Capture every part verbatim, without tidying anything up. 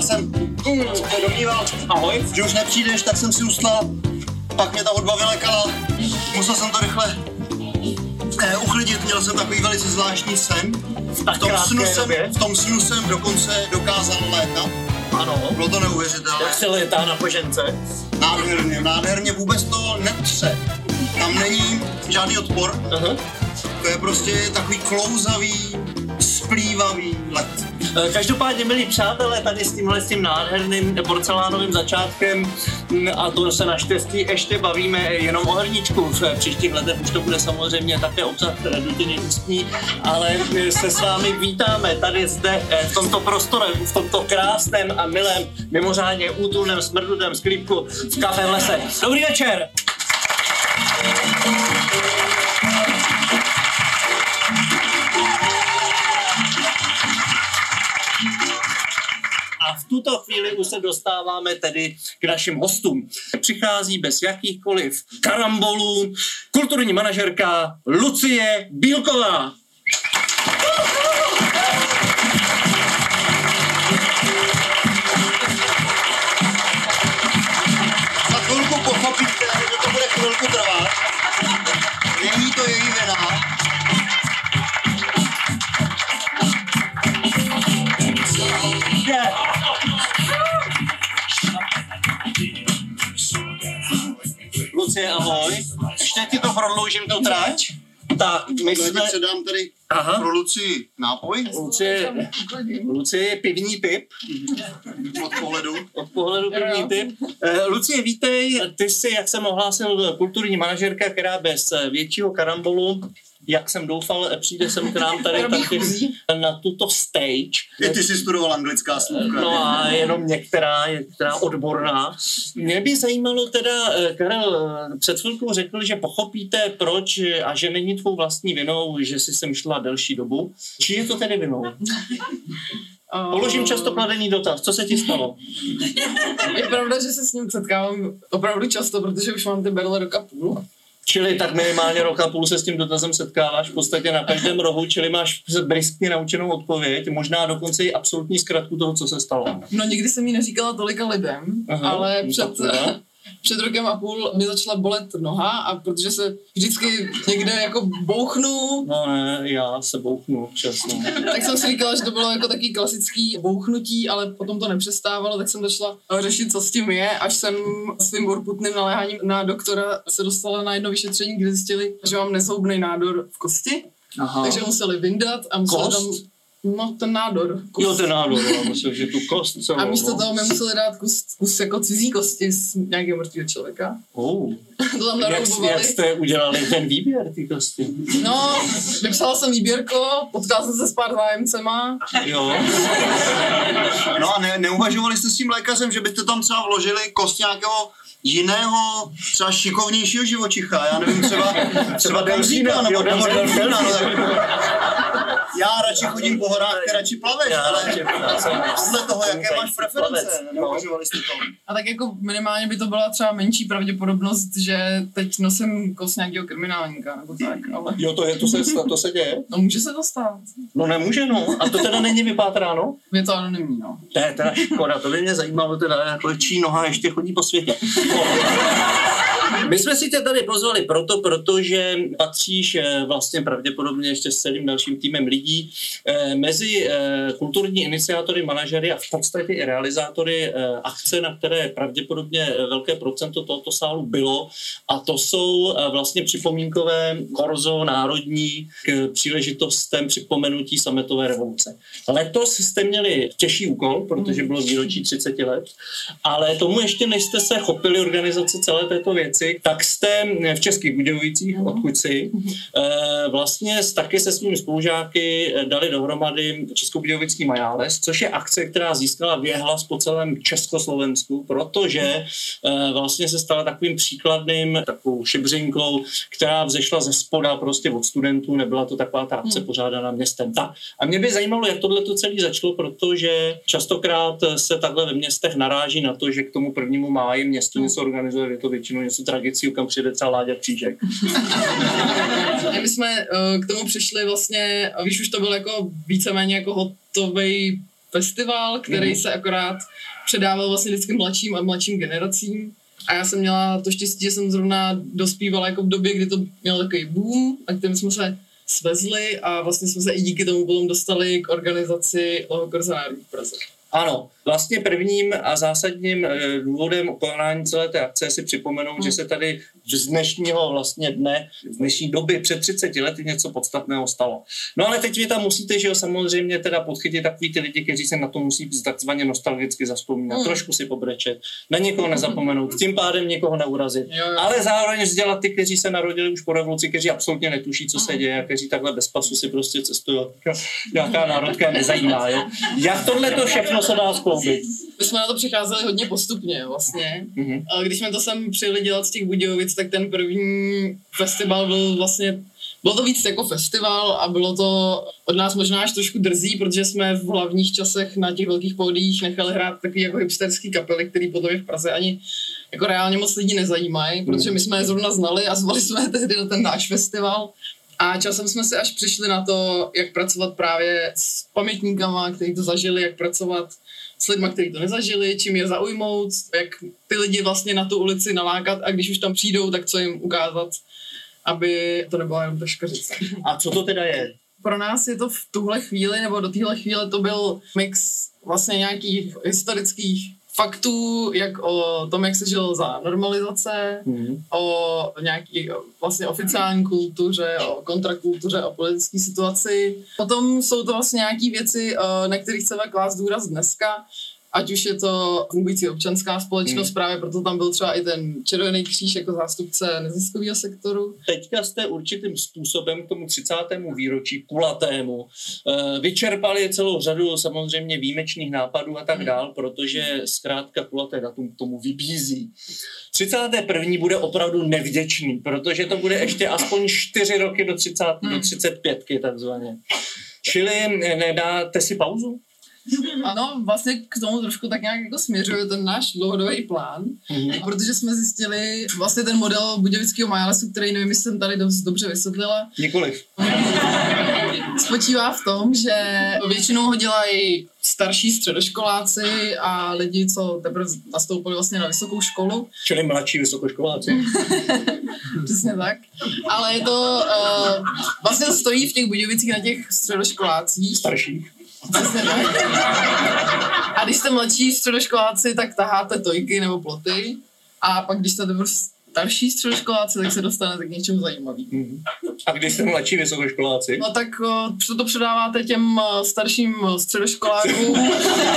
jsem mm, se domníval, ahoj, že už nepřijdeš, tak jsem si ustlal. Pak mě ta hudba vylekala, musel jsem to rychle eh, uchlidit, měl jsem takový velice zvláštní sen. V tom, snu jsem, v tom snu jsem dokonce dokázal létat. Ano. Bylo to neuvěřitelné. Jak se létá na kožence. Nádherně, nádherně, vůbec to netře. Tam není žádný odpor. Uh-huh. To je prostě takový klouzavý, splývavý let. Každopádně, milí přátelé, tady s tímhle s tím nádherným porcelánovým začátkem, a to se naštěstí ještě bavíme jenom o hrníčku. V příštích letech už to bude samozřejmě také obsah dutiny ústní, ale se s vámi vítáme tady zde v tomto prostoru, v tomto krásném a milém, mimořádně útulném, smrdutém sklípku v Kafe v lese. Dobrý večer! A v tuto chvíli už se dostáváme tedy k našim hostům. Přichází bez jakýchkoliv karambolů kulturní manažerka Lucie Bílková. Za chvilku pochopíte, že to bude chvilku trvat. Není to její vina. Yeah. Lucie, ahoj. Ještě ti to prodloužím, tu trať. Tak, my jsme... předám tady Aha. pro Lucii nápoj. Lucie, Lucie je pivní typ. Od pohledu. Od pohledu pivní typ. Lucie, vítej. Ty jsi, jak jsem ohlásil, kulturní manažerka, která bez většího karambolu, jak jsem doufal, přijde sem k nám tady taky na tuto stage. I ty jsi studoval anglická slůvka. No a jenom některá, některá odborná. Mě by zajímalo teda, Karel před chvilkou řekl, že pochopíte proč a že není tvou vlastní vinou, že jsi sem šla delší dobu. Či je to tedy vinou? Položím často kladený dotaz. Co se ti stalo? Je pravda, že se s ním setkávám opravdu často, protože už mám ty berle roka půl. Čili tak minimálně rok a půl se s tím dotazem setkáváš v podstatě na každém rohu, čili máš briskně naučenou odpověď, možná dokonce i absolutní zkratku toho, co se stalo. No nikdy jsem ji neříkala tolika lidem, Aha, ale před, před rokem a půl mi začala bolet noha a protože se vždycky někde jako bouchnu. No ne, já se bouchnu časno. Tak jsem si říkala, že to bylo jako taky klasický bouchnutí, ale potom to nepřestávalo, tak jsem začala řešit, co s tím je, až jsem svým urputným naléháním na doktora se dostala na jedno vyšetření, kde zjistili, že mám nezhoubný nádor v kosti. Aha. Takže museli vyndat a museli Kost? tam... No, ten nádor. Kus. Jo, ten nádor, já myslím, že tu kost celou. A místo no. toho mi museli dát kus, kus jako cizí kosti z nějakého mrtvého člověka. Oh. To tam jak, jak jste udělali ten výběr, ty kosti? No, vypsala jsem výběrko, potkala jsem se s pár zájemcema. Jo. No a ne, neuvažovali jste s tím lékařem, že byste tam třeba vložili kost nějakého jiného, třeba šikovnějšího živočicha, já nevím, třeba, třeba delfína, nebo delfína, no tak... Já radši chodím po horách, ty radši plaveš, já ale podle toho, jaké máš preference, neuvažovali jste to. A tak jako minimálně by to byla třeba menší pravděpodobnost, že teď nosím kost nějakého kriminálníka, nebo tak, ale... Jo, to, je, to, se, to se děje? No může se to stát. No nemůže, no. A to teda není vypátráno? Je to anonymní, no. To je teda škoda, to by mě zajímalo teda, jako čí noha ještě chodí po světě. My jsme si tě tady pozvali proto, protože patříš vlastně pravděpodobně ještě s celým dalším týmem lidí mezi kulturní iniciátory, manažery a v podstatě i realizátory akce, na které pravděpodobně velké procento tohoto sálu bylo, a to jsou vlastně připomínkové korzo národní k příležitostem připomenutí sametové revoluce. Letos jste měli těžší úkol, protože bylo výročí třicet let, ale tomu ještě než jste se chopili organizace celé této věci, tak jste v Českých Budějovicích, odkud si, vlastně taky se svými spolužáky dali dohromady Českobudějovický Majáles, což je akce, která získala věhlas po celém Československu, protože vlastně se stala takovým příkladným, takovou šibřinkou, která vzešla ze spoda prostě od studentů, nebyla to taková ta akce pořádaná městem. Tak. A mě by zajímalo, jak tohle to celé začalo, protože častokrát se takhle ve městech naráží na to, že k tomu prvnímu máji město něco organizuje, je to většinou něco tragického, kam přijde třeba Láďa Křížek. My jsme uh, k tomu přišli vlastně, když už to byl jako víceméně jako hotový festival, který se akorát předával vlastně vždycky mladším a mladším generacím. A já jsem měla to štěstí, že jsem zrovna dospívala jako v době, kdy to měl takový boom, a kterým jsme se svezli a vlastně jsme se i díky tomu potom dostali k organizaci Loho Korzanářů v Praze. Ano, vlastně prvním a zásadním důvodem konání celé té akce je si připomenout, hmm. že se tady z dnešního vlastně dne, z dnešní doby před třiceti lety něco podstatného stalo. No ale teď vy tam musíte, že jo, samozřejmě teda podchytit takový ty lidi, kteří se na to musí takzvaně nostalgicky zavzpomínat, hmm. trošku si pobrečet, na někoho nezapomenout, tím pádem někoho neurazit, jo, jo. Ale zároveň vzdělat ty, kteří se narodili už po revoluci, kteří absolutně netuší, co se děje, a kteří takhle bez pasu si prostě cestují, nějaká národka nezajímá, jo. Jak tohle to všechno se dá skloubit? My jsme na to přicházeli hodně postupně vlastně. Mm-hmm. Když jsme to sem přijeli dělat z těch Budějovic, tak ten první festival byl vlastně, bylo to víc jako festival a bylo to od nás možná až trošku drzí, protože jsme v hlavních časech na těch velkých pódiích nechali hrát takový jako hipsterský kapely, který potom je v Praze ani jako reálně moc lidí nezajímají, protože my jsme je zrovna znali a zvali jsme je tehdy na ten náš festival. A časem jsme si až přišli na to, jak pracovat právě s pamětníkama, kteří to zažili, jak pracovat s lidma, kteří to nezažili, čím je zaujmout, jak ty lidi vlastně na tu ulici nalákat a když už tam přijdou, tak co jim ukázat, aby to nebyla jenom ta škařice. A co to teda je? Pro nás je to v tuhle chvíli, nebo do téhle chvíle to byl mix vlastně nějakých historických faktů, jak o tom, jak se žilo za normalizace, mm. o nějaký vlastně oficiální kultuře, o kontrakultuře, o politické situaci. Potom jsou to vlastně nějaké věci, na kterých chceme klást důraz dneska, ať už je to fungující občanská společnost, mm. právě proto tam byl třeba i ten Červený kříž jako zástupce neziskového sektoru. Teďka jste určitým způsobem k tomu třicátému výročí kulatému vyčerpali celou řadu samozřejmě výjimečných nápadů a tak dál, protože zkrátka kulaté datum k tomu vybízí. třicáté první bude opravdu nevděčný, protože to bude ještě aspoň čtyři roky do, třicátého, hmm. do třicet pětky takzvaně. Čili nedáte si pauzu? Ano, vlastně k tomu trošku tak nějak jako směřuje ten náš dlouhodobý plán, mm-hmm. protože jsme zjistili vlastně ten model budějovického Majálesu, který nevím, jestli jsem tady dost dobře vysvětlila. Nikoliv. Spočívá v tom, že většinou ho dělají starší středoškoláci a lidi, co teprve nastoupili vlastně na vysokou školu. Čili mladší vysokoškoláci. Přesně tak. Ale je to, uh, vlastně stojí v těch Budějovicích na těch středoškolácích. Starších. Přesně tak. A když jste mladší středoškoláci, tak taháte tojky nebo ploty. A pak když jste teprve starší středoškoláci, tak se dostanete k něčemu zajímavým. Mm-hmm. A když jste mladší vysokoškoláci? No tak uh, to předáváte těm uh, starším středoškolákům.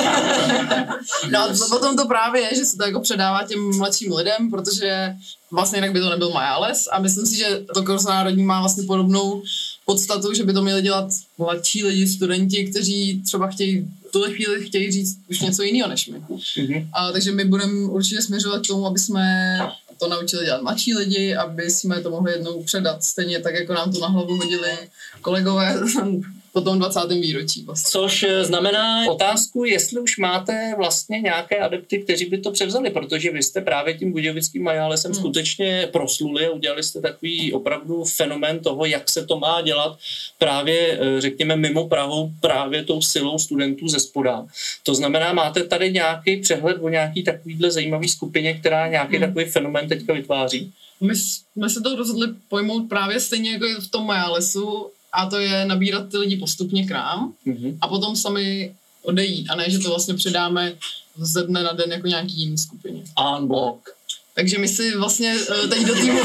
No a potom to právě je, že se to jako předává těm mladším lidem, protože vlastně jinak by to nebyl Majáles a myslím si, že to Korzanárodní má vlastně podobnou podstatu, že by to měli dělat mladší lidi, studenti, kteří třeba chtějí v tuhle chvíli chtějí říct už něco jiného než my. Mm-hmm. A, takže my budeme určitě směřovat k tomu, aby jsme to naučili dělat mladší lidi, aby jsme to mohli jednou předat. Stejně tak, jako nám to na hlavu hodili kolegové po tom dvacátém výročí. Vlastně. Což znamená otázku, jestli už máte vlastně nějaké adepty, kteří by to převzali, protože vy jste právě tím budějovickým Majálesem hmm. skutečně prosluli a udělali jste takový opravdu fenomén toho, jak se to má dělat právě, řekněme, mimo Prahu, právě tou silou studentů ze spoda. To znamená, máte tady nějaký přehled o nějaký takovýhle zajímavý skupině, která nějaký hmm. takový fenomén teďka vytváří? My jsme se to rozhodli pojmout právě stejně jako v tom Majálesu, a to je nabírat ty lidi postupně k nám mm-hmm. a potom sami odejít. A ne, že to vlastně předáme ze dne na den jako nějaký jiný skupině. Unblock. Takže my si vlastně teď do týmu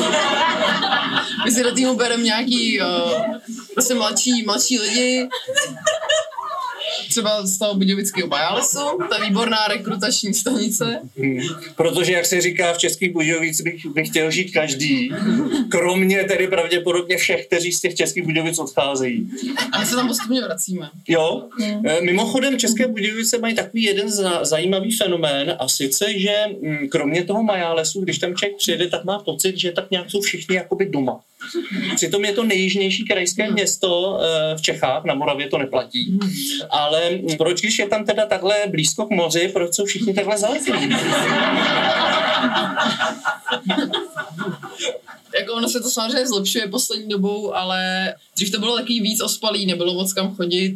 my si do týmu bereme nějaký uh, prostě mladší, mladší lidi, třeba z toho budějovického Majálesu, ta výborná rekrutační stanice. Hmm. Protože, jak se říká, v Českých Budějovicích bych, bych chtěl žít každý, kromě tedy pravděpodobně všech, kteří z těch Českých Budějovic odcházejí. A my se tam postupně vracíme. Jo. Hmm. Mimochodem, České Budějovice mají takový jeden za, zajímavý fenomén, a sice, že m, kromě toho Majálesu, když tam člověk přijede, tak má pocit, že tak nějak jsou všichni jakoby doma. Přitom je to nejjižnější krajské město v Čechách, na Moravě to neplatí. Ale proč, když je tam teda takhle blízko k moři, proč jsou všichni takhle zalezlí? Jako ono se to samozřejmě zlepšuje poslední dobou, ale dřív to bylo taky víc ospalý, nebylo moc kam chodit.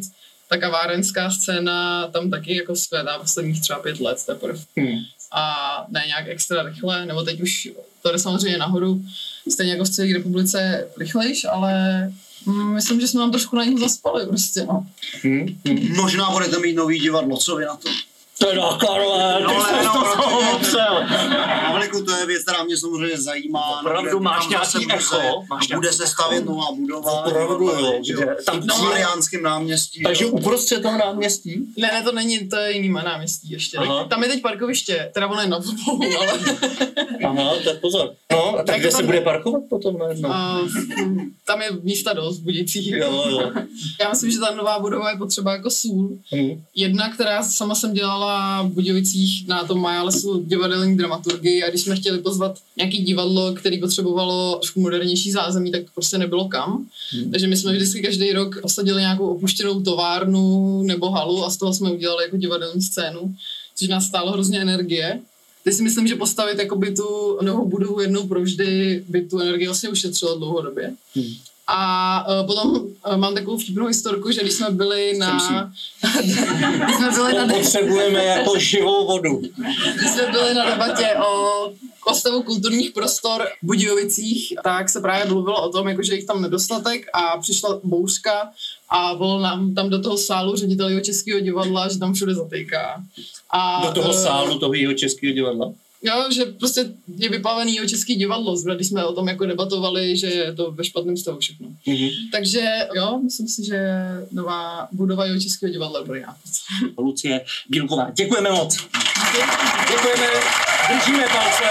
ta kavárenská scéna tam taky jako světá posledních třeba pět let teprve. Hmm. A ne nějak extra rychle, nebo teď už to jde samozřejmě nahoru, stejně jako v celé republice rychlejš, ale mm, myslím, že jsme nám trošku na něho zaspali prostě, no. Hmm. Hmm. Možná budete mít nový divadlo, co vy na to? Teda, Karle, no, ale no, protože Havlíku, to je věc, která mě samozřejmě zajímá. Opravdu máš nějaký echo? Máš bude se stavět nová budova. Opravdu, jo. Tam na Mariánském náměstí. Takže uprostřed toho náměstí? Ne, ne, to není, to je jiný náměstí ještě. Aha. Tam je teď parkoviště, teda ono je na Popovu, ale... Aha, tak pozor. No, a tak kde se bude parkovat potom najednou? Uh, tam je místa dost v Budicích. Jo, jo. Já myslím, že ta nová budova je potřeba jako sůl. Hmm. Jedna, která sama jsem dělala v Budějovicích na tom Majalesu divadelní dramaturgii, a když jsme chtěli pozvat nějaký divadlo, který potřebovalo trošku modernější zázemí, tak prostě nebylo kam. Hmm. Takže my jsme vždycky každý rok osadili nějakou opuštěnou továrnu nebo halu a z toho jsme udělali jako divadelní scénu, což nás stálo hrozně energie. Teď si myslím, že postavit jakoby tu novou budovu jednou provždy by tu energii vlastně ušetřilo dlouhodobě. Hmm. A uh, potom uh, mám takovou vtipnou historku, že když jsme byli na... když jsme byli na... Potřebujeme jako živou vodu. Když jsme byli na debatě o o stavu kulturních prostor v Budějovicích, tak se právě mluvilo o tom, jako, že jich tam nedostatek a přišla bouřka a bylo nám tam do toho sálu ředitel Jihočeského divadla, že tam všude zatejká. A, do toho sálu toho Jihočeského divadla? Jo, že prostě je vyplavený Jihočeský divadlo, když jsme o tom jako debatovali, že je to ve špatném stavu všechno. Mm-hmm. Takže jo, myslím si, že nová budova Jihočeského divadla je dobrý nápad. Lucie Bílková, děkujeme moc. Děkujeme, držíme palce.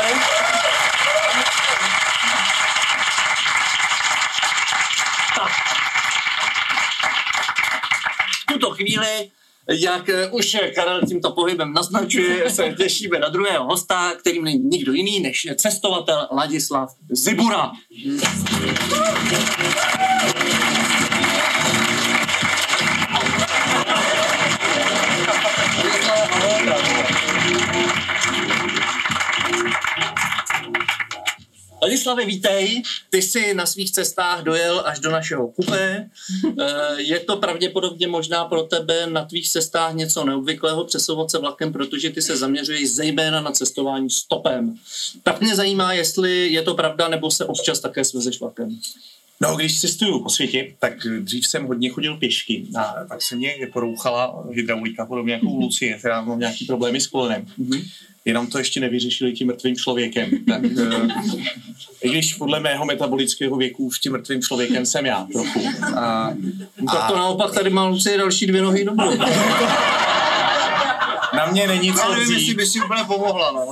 Tak. V tuto chvíli, jak už Karel tímto pohybem naznačuje, se těšíme na druhého hosta, kterým není nikdo jiný než cestovatel Ladislav Zibura. Ladislave, vítej. Ty jsi na svých cestách dojel až do našeho kupé. Je to pravděpodobně možná pro tebe na tvých cestách něco neobvyklého přesouvat se vlakem, protože ty se zaměřuješ zejména na cestování stopem. Tak mě zajímá, jestli je to pravda, nebo se občas také svezeš vlakem. No, když cestuju po světě, tak dřív jsem hodně chodil pěšky a tak se mě porouchala hydraulika, podobně jako u Lucie, která mám nějaký problémy s kolenem. Mm-hmm. Jenom to ještě nevyřešili tím mrtvým člověkem. Tak, i když podle mého metabolického věku už tím mrtvým člověkem jsem já trochu. A, tak to a... naopak tady má Lucie další dvě nohy dobrou. Na mě není co já nevím, jestli by si úplně pomohla, no.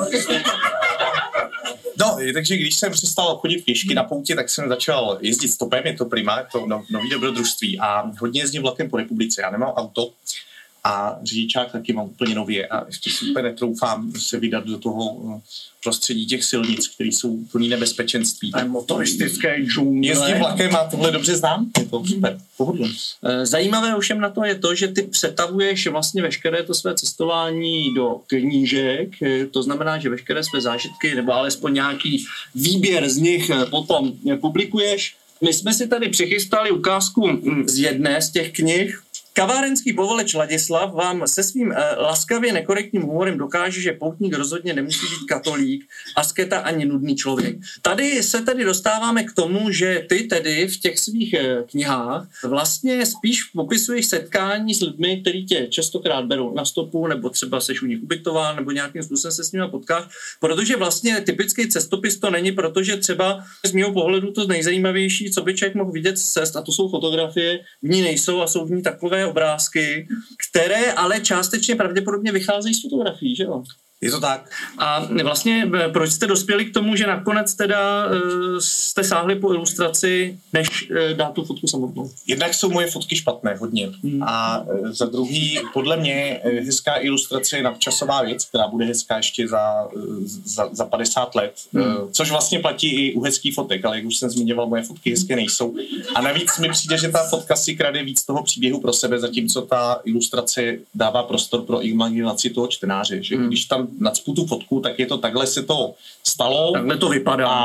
No, takže když jsem přestal chodit pěšky na poutě, tak jsem začal jezdit stopem, je to prima, je to no, nový dobrodružství a hodně jezdím vlakem po republice, já nemám auto a řidičák taky mám úplně nově a ještě si úplně netroufám se vydat do toho prostředí těch silnic, které jsou plný nebezpečenství. A motoristické džungle. Jezdím vlakem a tohle dobře znám, je to super, pohodlně. Zajímavé ovšem na to je to, že ty přetavuješ vlastně veškeré to své cestování do knížek, to znamená, že veškeré své zážitky nebo alespoň nějaký výběr z nich potom publikuješ. My jsme si tady přichystali ukázku z jedné z těch knih. Kavárenský povoleč Ladislav vám se svým eh, laskavě nekorektním humorem dokáže, že poutník rozhodně nemusí být katolík, asketa ani nudný člověk. Tady se tedy dostáváme k tomu, že ty tedy v těch svých eh, knihách vlastně spíš popisuješ setkání s lidmi, kteří tě častokrát berou na stopu, nebo třeba seš u nich ubytován, nebo nějakým způsobem se s nimi potkáš, protože vlastně typický cestopis to není, protože třeba z mého pohledu to nejzajímavější, co by člověk mohl vidět z cest, a to jsou fotografie, v ní nejsou a jsou v ní takové obrázky, které ale částečně pravděpodobně vycházejí z fotografií, že jo? Je to tak. A vlastně proč jste dospěli k tomu, že nakonec teda uh, jste sáhli po ilustraci, než uh, dát tu fotku samotnou? Jednak jsou moje fotky špatné, hodně. Hmm. A uh, za druhý, podle mě uh, hezká ilustrace je nadčasová věc, která bude hezká ještě za, uh, za, za padesát let. Hmm. Uh, což vlastně platí i u hezkých fotek, ale jak už jsem zmiňoval, moje fotky hezké nejsou. A navíc mi přijde, že ta fotka si krade víc toho příběhu pro sebe, zatímco ta ilustrace dává prostor pro imaginaci toho čtenáře. Že? Hmm. Když tam nacpu tu fotku, tak je to takhle se to stalo. Takhle to vypadá. A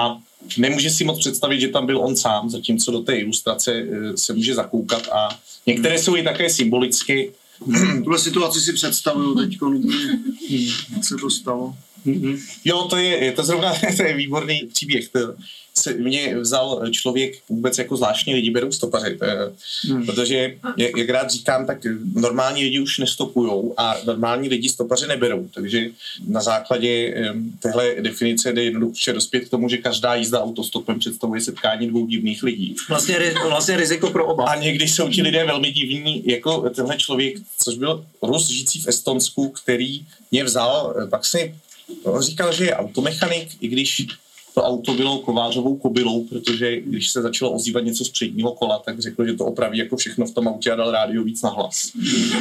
nemůže si moc představit, že tam byl on sám, zatímco do té ilustrace se může zakoukat a některé jsou i také symbolicky. Tuhle situaci si představuju teďko, jak se to stalo. Jo, to je, je to zrovna to je výborný příběh. To se mě vzal člověk vůbec jako zvláštní lidi berou stopaři, to je, hmm. protože jak, jak rád říkám, tak normální lidi už nestopujou a normální lidi stopaři neberou, takže na základě téhle definice jde jednoduše dospět k tomu, že každá jízda autostopem představuje setkání dvou divných lidí. Vlastně, vlastně riziko pro oba. A někdy jsou ti lidé velmi divní, jako tenhle člověk, což byl Rus žijící v Estonsku, který mě vzal, pak si on říkal, že je automechanik, i když to auto bylo kovářovou kobylou, protože když se začalo ozývat něco z předního kola, tak řekl, že to opraví jako všechno v tom autě a dal rádio víc nahlas.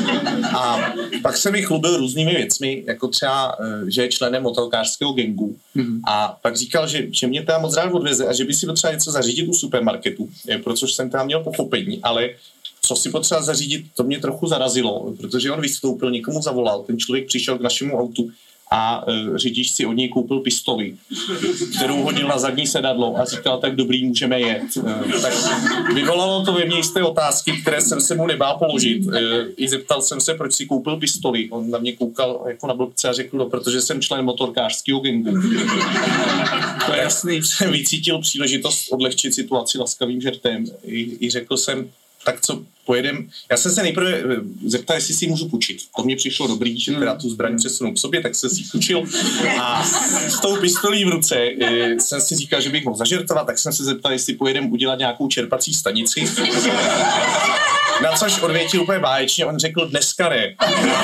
A pak se mi chlubil různými věcmi, jako třeba, že je členem motelkářského gangu. A pak říkal, že, že mě tam moc rád odveze a že by si potřeba něco zařídit u supermarketu, pro což jsem tam měl pochopení, ale co si potřeba zařídit, to mě trochu zarazilo, protože on vystoupil, někomu zavolal, ten člověk přišel k našemu autu a e, řidič si od něj koupil pistoli, kterou hodil na zadní sedadlo a říkal, tak dobrý, můžeme jet. E, tak vyvolalo to ve mně jisté otázky, které jsem se mu nebál položit. E, I zeptal jsem se, proč si koupil pistoli. On na mě koukal jako na blbce a řekl, no, protože jsem člen motorkářského gangu. To je jasný. Jsem vycítil příležitost odlehčit situaci laskavým žertem. I, i řekl jsem, tak co pojedem. Já jsem se nejprve zeptal, jestli si můžu půjčit. To mě přišlo dobrý, že teda tu zbraň přesunu k sobě, tak jsem si půjčil. A s tou pistolí v ruce e, jsem si říkal, že bych mohl zažertovat, tak jsem se zeptal, jestli pojedem udělat nějakou čerpací stanici. Na což odvětil úplně báječně, on řekl, dneska ne.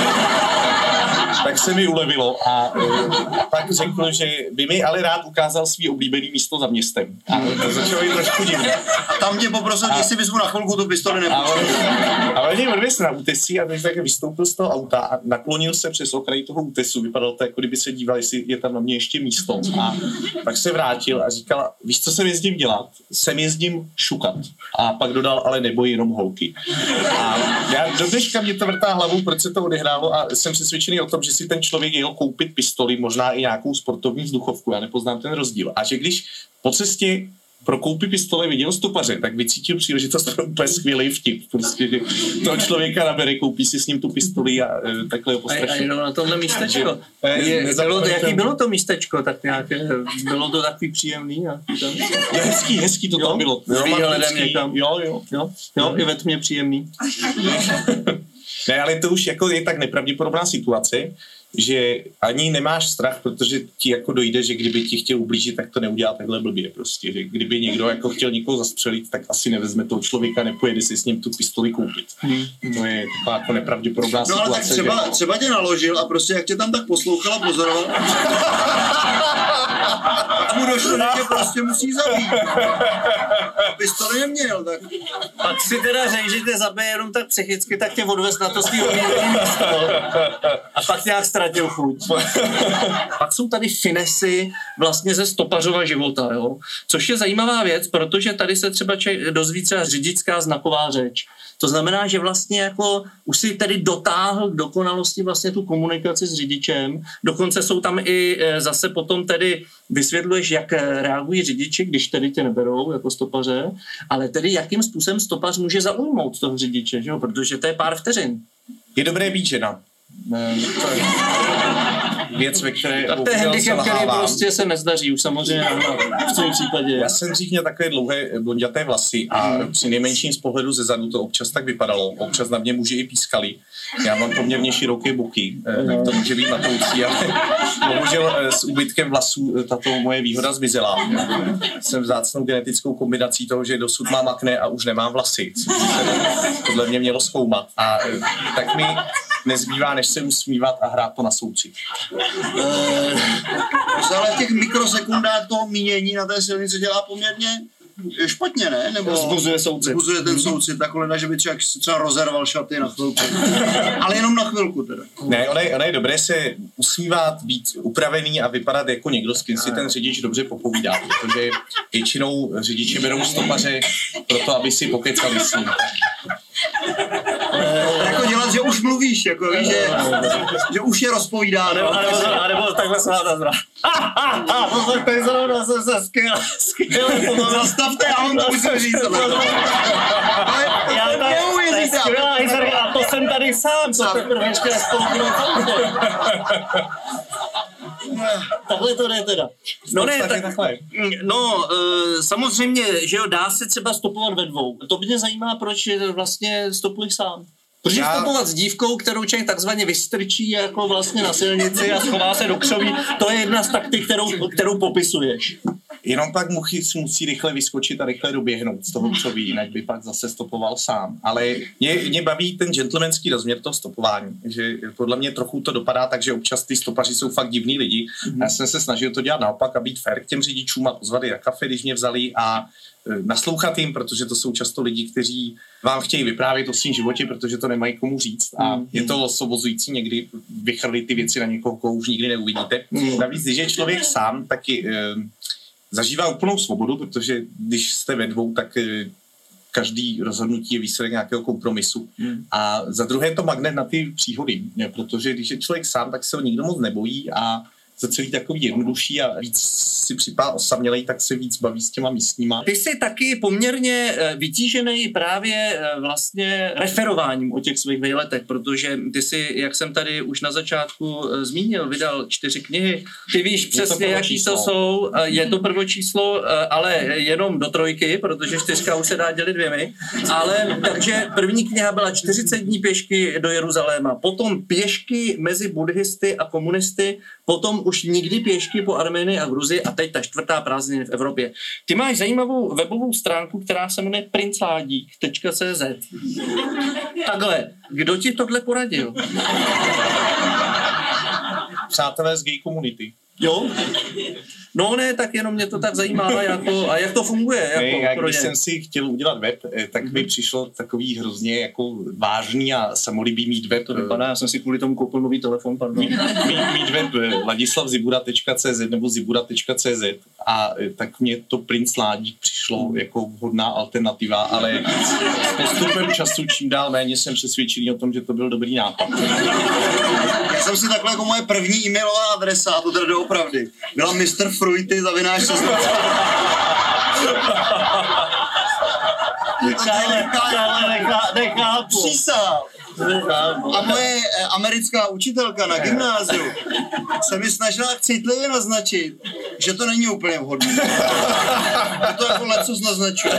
Tak se mi ulevilo a e, pak řekl, že by mi ale rád ukázal svý oblíbený místo za městem. A to začalo jít trošku divně. A tam tě poprosil, jestli bys mu na chvilku tu pistoli nepůjčil. A on mě odvěz na útesí a když tak vystoupil z toho auta a naklonil se přes okraj toho útesu. Vypadalo to, jako kdyby se díval, jestli je tam na mě ještě místo. A pak se vrátil a říkal, víš, co jsem jezdím dělat? Sem jezdím šukat. A pak dodal, ale nebo jenom holky. A já do dneška mě to vrtá hlavou, proč se to odehrálo a jsem přesvědčený o tom, že si ten člověk jel koupit pistoli, možná i nějakou sportovní vzduchovku, já nepoznám ten rozdíl. A že když po cestě pro koupy pistole viděl stopaře, tak vycítil příležitost pro úplně skvělý vtip. Prostě, že toho člověka nabere, koupí si s ním tu pistoli a e, takhle ho postraší. A jenom na tomhle místečko. Je, bylo to, jaký bylo to místečko? Tak nějaké, bylo to takový příjemný? Je hezký, hezký to jo? Tam bylo. S výhledem někam. Jo, jo. Jo, jo, i ve tmě příjemný. Ne, ale to už jako je tak nepravděpodobná situace, že ani nemáš strach, protože ti jako dojde, že kdyby ti chtěl ublížit, tak to neudělá takhle blbě prostě, že kdyby někdo jako chtěl někoho zastřelit, tak asi nevezme toho člověka, nepojede si s ním tu pistoli koupit. Hmm. To je taková jako nepravděpodobná no, situace. No ale tak třeba, že... třeba tě naložil a prostě jak tě tam tak poslouchal a pozoroval, tak mu došlo, že tě prostě musí zabít. A pistoli neměl, tak. Pak si teda řekl, že tě zabije jenom tak psychicky, tak tě odvez na to svý oblíbený místo. A pak nějak ztratil chuť. Pak jsou tady finesy vlastně ze stopařova života, jo? Což je zajímavá věc, protože tady se třeba če- dozví třeba řidičská znaková řeč. To znamená, že vlastně jako už si tady dotáhl k dokonalosti vlastně tu komunikaci s řidičem. Dokonce jsou tam i e, zase potom tedy vysvětluješ, jak reagují řidiči, když tedy tě neberou jako stopaře, ale tedy jakým způsobem stopař může zaujmout toho řidiče, že jo? Protože to je pár vteřin. Je dobré být žena. To je věc, ve které a to je handicap, který prostě se nezdaří už samozřejmě v tom případě. Já jsem dřív měl takové dlouhé blonděté vlasy a mm. při nejmenším z pohledu ze zadu to občas tak vypadalo. Občas na mě muži i pískali. Já mám poměrně široké boky, mm. tak to může být matoucí, ale bohužel s úbytkem vlasů tato moje výhoda zmizela. Jsem vzácnou genetickou kombinací toho, že dosud mám akné a už nemám vlasy. Podle mě mělo zkoumat. A tak mi nezbývá, než se usmívat a hrát to na soucit. Uh, ale v těch mikrosekundách toho mínění na té silnici dělá poměrně špatně, ne? Nebo zbuzuje soucit. Zbuzuje ten soucit, tak leda, že by třeba, třeba rozerval šaty na chvilku. Ale jenom na chvilku teda. Ne, ono je, ono je dobré se usmívat, být upravený a vypadat jako někdo, s kým si ten řidič dobře popovídá, protože většinou řidiči berou stopaře proto, aby si pokecali s ním. jako dělat, že už mluvíš, jako víš, že, že už je rozpovídáno. Nebo, nebo, nebo takhle se náda zra. To tady zrovna jsem se skvěle, skvěle pomohl. Zastavte, já vám to musím říct. Já to je skvělá historie a to jsem tady sám, to teprve ještě nespolknu. Takhle to jde teda. No ne, tak, no samozřejmě, že jo, dá se třeba stopovat ve dvou. To mě zajímá, proč vlastně stopuješ sám. Protože já... stopovat s dívkou, kterou člověk takzvaně vystrčí jako vlastně na silnici a schová se do křoví, to je jedna z taktik, kterou, kterou popisuješ. Jenom pak muchy musí rychle vyskočit a rychle doběhnout z toho křoví, jinak by pak zase stopoval sám. Ale mě, mě baví ten gentlemanský rozměr toho stopování, že podle mě trochu to dopadá tak, že občas ty stopaři jsou fakt divný lidi. Mm-hmm. Já jsem se snažil to dělat naopak a být fair k těm řidičům a pozvat je na kafe, když mě vzali a naslouchat jim, protože to jsou často lidi, kteří vám chtějí vyprávět o svém životě, protože to nemají komu říct a mm. je to osvobozující někdy vychrlit ty věci na někoho, koho už nikdy neuvidíte. Mm. Navíc, když je člověk sám, taky e, zažívá úplnou svobodu, protože když jste ve dvou, tak e, každý rozhodnutí je výsledek nějakého kompromisu. Mm. A za druhé je to magnet na ty příhody, ne? Protože když je člověk sám, tak se ho nikdo moc nebojí a za celý takový jednodušší a víc si připadá osamělej, tak se víc baví s těma místníma. Ty jsi taky poměrně vytížený právě vlastně referováním o těch svých vejletech, protože ty jsi, jak jsem tady už na začátku zmínil, vydal čtyři knihy. Ty víš přesně, jaký to jsou. Je to prvočíslo, ale jenom do trojky, protože čtyřka už se dá dělit dvěmi. Ale takže první kniha byla čtyřicet dní pěšky do Jeruzaléma, potom pěšky mezi buddhisty a komunisty, potom už nikdy pěšky po Arménii a Gruzii a teď ta čtvrtá prázdniny v Evropě. Ty máš zajímavou webovou stránku, která se jmenuje princládík tečka cé zet. Takhle, kdo ti tohle poradil? Přátelé z gay komunity. Jo? No ne, tak jenom mě to tak zajímá, jak to, a jak to funguje. Jako, ne, jak když jsem si chtěl udělat web, tak mi přišlo takový hrozně jako vážný a samolibý mít web. To vypadá, já jsem si kvůli tomu koupil nový telefon, pardon. Mít, mít web ladislav zibura tečka cé zet nebo zibura tečka cé zet a tak mě to princládík přišlo jako vhodná alternativa, ale s postupem času čím dál méně jsem přesvědčený o tom, že to byl dobrý nápad. Já jsem si takhle jako moje první e-mailová adresa, a to teda doopravdy, byla mister Fruity zavináč šestnáct. Nechápu. Přísahám. A moje americká učitelka na gymnáziu se mi snažila citlivě naznačit, že to není úplně vhodné. Že to jako lecos naznačuje.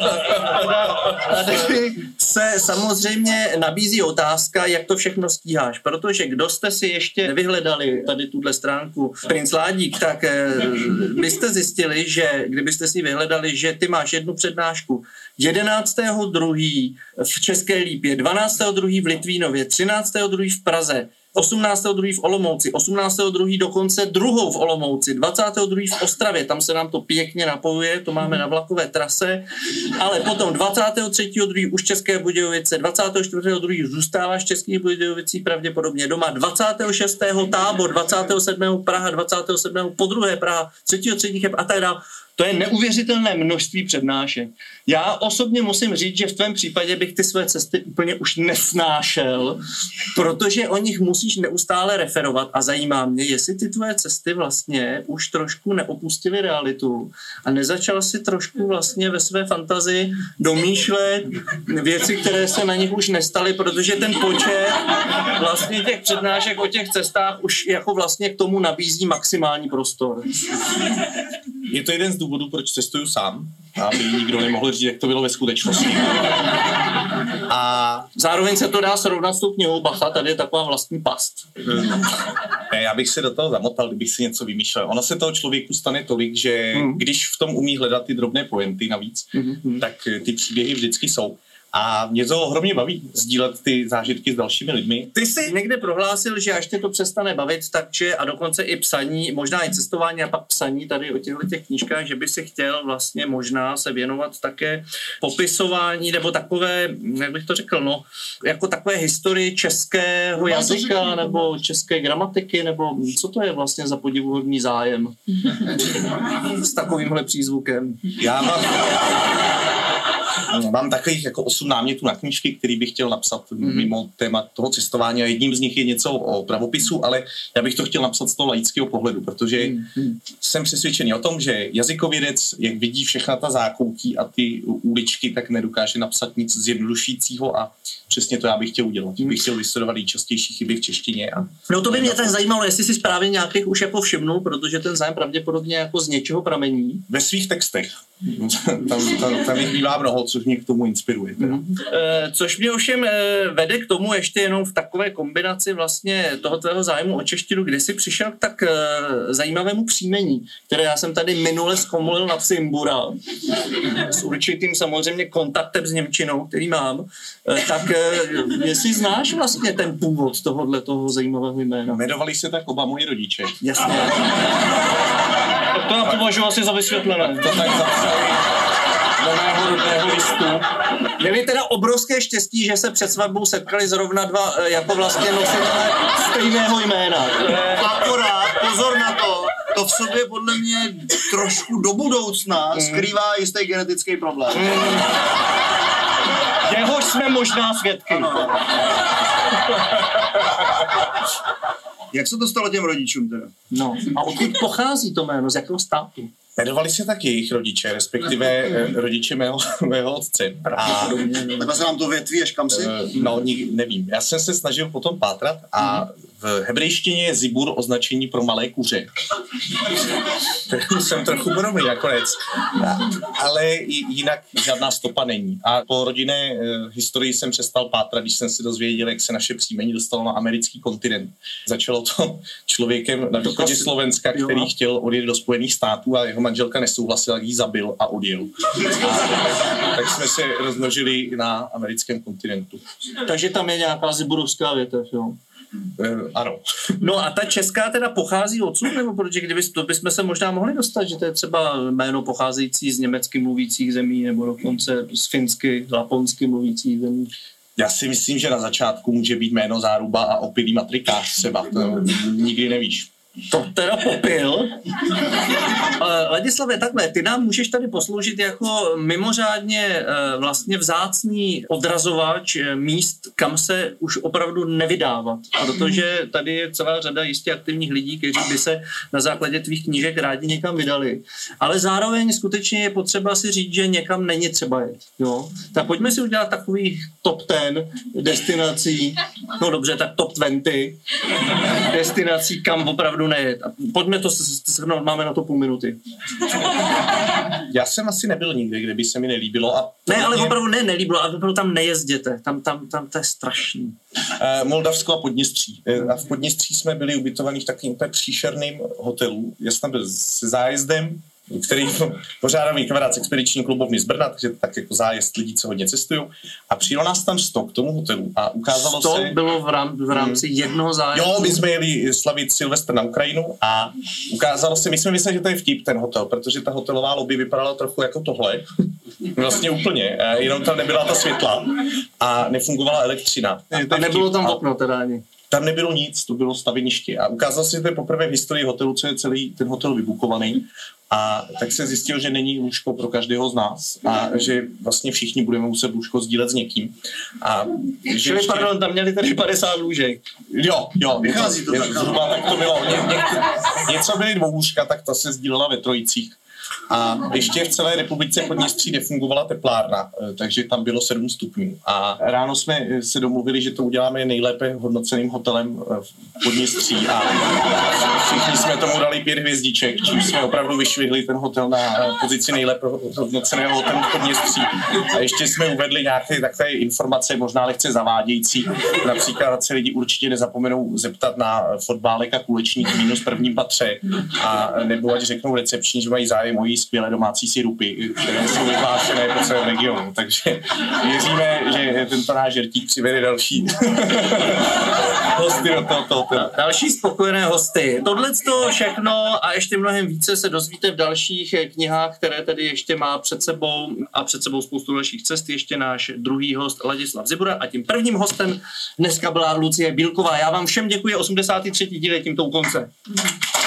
Tady se samozřejmě nabízí otázka, jak to všechno stíháš, protože kdo jste si ještě nevyhledali tady tuhle stránku princládík, tak byste zjistili, že kdybyste si vyhledali, že ty máš jednu přednášku jedenáctého druhého v České Lípě, dvanáctého druhého v Litvínově, třináctého druhého v Praze, osmnáctého druhého v Olomouci, osmnáctého druhého dokonce druhou v Olomouci, dvacátého druhého v Ostravě, tam se nám to pěkně napojuje, to máme na vlakové trase, ale potom dvacátého třetího druhého už České Budějovice, dvacátého čtvrtého druhého zůstáváš v Českých Budějovicích pravděpodobně doma, dvacátého šestého Tábor, dvacátého sedmého Praha, dvacátého sedmého podruhé Praha, třetího třetího Cheb a tak dále. To je neuvěřitelné množství přednášek. Já osobně musím říct, že v tvém případě bych ty své cesty úplně už nesnášel, protože o nich musíš neustále referovat a zajímá mě, jestli ty tvoje cesty vlastně už trošku neopustily realitu a nezačal si trošku vlastně ve své fantazii domýšlet věci, které se na nich už nestaly, protože ten počet vlastně těch přednášek o těch cestách už jako vlastně k tomu nabízí maximální prostor. Je to jeden z důvodů, proč cestuju sám, aby nikdo nemohl říct, jak to bylo ve skutečnosti. A zároveň se to dá srovnat s tou knihou, bacha, tady je taková vlastní past. Ne, já bych se do toho zamotal, kdybych si něco vymýšlel. Ono se toho člověku stane tolik, že hmm. když v tom umí hledat ty drobné pointy navíc, hmm. tak ty příběhy vždycky jsou. A mě to ohromně baví sdílet ty zážitky s dalšími lidmi. Ty jsi někde prohlásil, že až tě to přestane bavit, takže a dokonce i psaní, možná i cestování a pak psaní tady o těchto těch knížkách, že by si chtěl vlastně možná se věnovat také popisování nebo takové, jak bych to řekl, no, jako takové historii českého no, jazyka nebo české gramatiky, nebo co to je vlastně za podivuhodný zájem s takovýmhle přízvukem? Já mám... mám takových jako osm námětů na knížky, který bych chtěl napsat mm. mimo téma toho cestování a jedním z nich je něco o pravopisu, ale já bych to chtěl napsat z toho laického pohledu, protože mm. jsem přesvědčený o tom, že jazykovědec, jak vidí všechna ta zákoutí a ty uličky, tak nedokáže napsat nic zjednodušujícího a přesně to já bych chtěl udělat. Mm. Bych chtěl vystudovat nejčastější chyby v češtině. A no to by mě tak zajímalo, jestli si správně nějakých už jako všimnul, protože ten zájem pravděpodobně jako z něčeho pramení. Ve svých textech. tam, tam, tam jich bývá mnoho, což mě k tomu inspiruje. Teda. Mm. E, což mě ovšem e, vede k tomu ještě jenom v takové kombinaci vlastně toho tvého zájmu o češtinu, kdy jsi přišel k tak e, zajímavému příjmení, které já jsem tady minule zkomolil na Cimbura s určitým samozřejmě kontaktem s němčinou, který mám, e, tak e, jestli znáš vlastně ten původ tohohle toho zajímavého jména. Jmenovali se tak oba moji rodiče. Jasně. To já považuji asi za vysvětlené. To tak zapsali do mého rodného listu. Měli teda obrovské štěstí, že se před svatbou setkali zrovna dva jako vlastně nositelé stejného jména. Akorát, pozor na to, to v sobě podle mě trošku do budoucna mm. skrývá jistý genetický problém. Mm. Jehož jsme možná svědky. Ano. Jak se to stalo těm rodičům teda? No, a odkud pochází to jméno, z jakého státu? Jmenovali se tak jejich rodiče, respektive rodiče mého, mého otce. A takhle se nám to větví až kam si? No, nevím. Já jsem se snažil potom pátrat a v hebrejštině je zibur označení pro malé kuře. Jsem trochu podobný nakonec. Ale jinak žádná stopa není. A po rodinné historii jsem přestal pátrat, když jsem si dozvěděl, jak se naše příjmení dostalo na americký kontinent. Začalo to člověkem na východě Slovenska, který chtěl odjet do Spojených států a jeho manželka nesouhlasila, jak jí zabil a odjel. A tak jsme se rozmnožili na americkém kontinentu. Takže tam je nějaká ziburovská větev, jo? Uh, ano. No a ta česká teda pochází odsud, nebo protože kdyby to bychom se možná mohli dostat, že to je třeba jméno pocházející z německy mluvících zemí, nebo dokonce z finsky, z laponsky mluvících zemí? Já si myslím, že na začátku může být jméno Záruba a opilý matrikář třeba, to nikdy nevíš. To teda popil. Uh, Ladislavě, takhle, ty nám můžeš tady posloužit jako mimořádně uh, vlastně vzácný odrazovač uh, míst, kam se už opravdu nevydávat. Protože tady je celá řada jistě aktivních lidí, kteří by se na základě tvých knížek rádi někam vydali. Ale zároveň skutečně je potřeba si říct, že někam není třeba jet. Jo? Tak pojďme si udělat takových top deset destinací, no dobře, tak top dvacet destinací, kam opravdu nejet. A pojďme to shrnout, máme na to půl minuty. Já jsem asi nebyl nikde, kde by se mi nelíbilo. A ne, ale mě... opravdu ne, nelíbilo, ale opravdu tam nejezděte. Tam, tam, tam to je strašný. Uh, Moldavsko a Podněstří. Uh, a v Podněstří jsme byli ubytovaní v takovým úplně příšerným hotelu. Já jsem tam byl se zájezdem, který pořádal můj kamarád z expediční klubovny z Brna, takže tak jako zájezd lidí, co hodně cestují. A přijel nás tam sto k tomu hotelu a ukázalo sto se... To bylo v, rám, v rámci hmm. jednoho zájezdu? Jo, my jsme jeli slavit Silvestr na Ukrajinu a ukázalo se, my jsme mysleli, že to je vtip, ten hotel, protože ta hotelová lobby vypadala trochu jako tohle. Vlastně úplně, jenom tam nebyla ta světla a nefungovala elektřina. A nebylo tam okno teda ani? Tam nebylo nic, to bylo staveniště. A ukázalo se, že to je poprvé v historii hotelu, co je celý ten hotel vybukovaný. A tak se zjistil, že není lůžko pro každého z nás a že vlastně všichni budeme muset lůžko sdílet s někým. A že Čili, ještě... pardon, tam měli tady padesát lůžek. Jo, jo, vychází to tak. Zhruba tak to bylo. Ně, ně, něco byly dvou lůžka, tak to se sdílela ve trojicích. A ještě v celé republice Podněstří nefungovala teplárna, takže tam bylo sedm stupňů. A ráno jsme se domluvili, že to uděláme nejlépe hodnoceným hotelem v Podněstří a všichni jsme tomu dali pět hvězdiček, čímž jsme opravdu vyšvihli ten hotel na pozici nejlépe hodnoceného hotelu v Podněstří. A ještě jsme uvedli nějaké takové informace, možná lehce zavádějící. Například se lidi určitě nezapomenou zeptat na fotbálek a kulečník v minus prvním patře, a nebo ať řeknou recepční, že mají zájem o jí skvělé domácí sirupy, které jsou vyhlášené po celém regionu. Takže věříme, že tento náš žertík přivede další hosty do tohoto hotelu. Další spokojené hosty. Tohle to všechno a ještě mnohem více se dozvíte v dalších knihách, které tedy ještě má před sebou a před sebou spoustu dalších cest. Ještě náš druhý host Ladislav Zibura a tím prvním hostem dneska byla Lucie Bílková. Já vám všem děkuji, osmdesátý třetí díl je tímto u konce.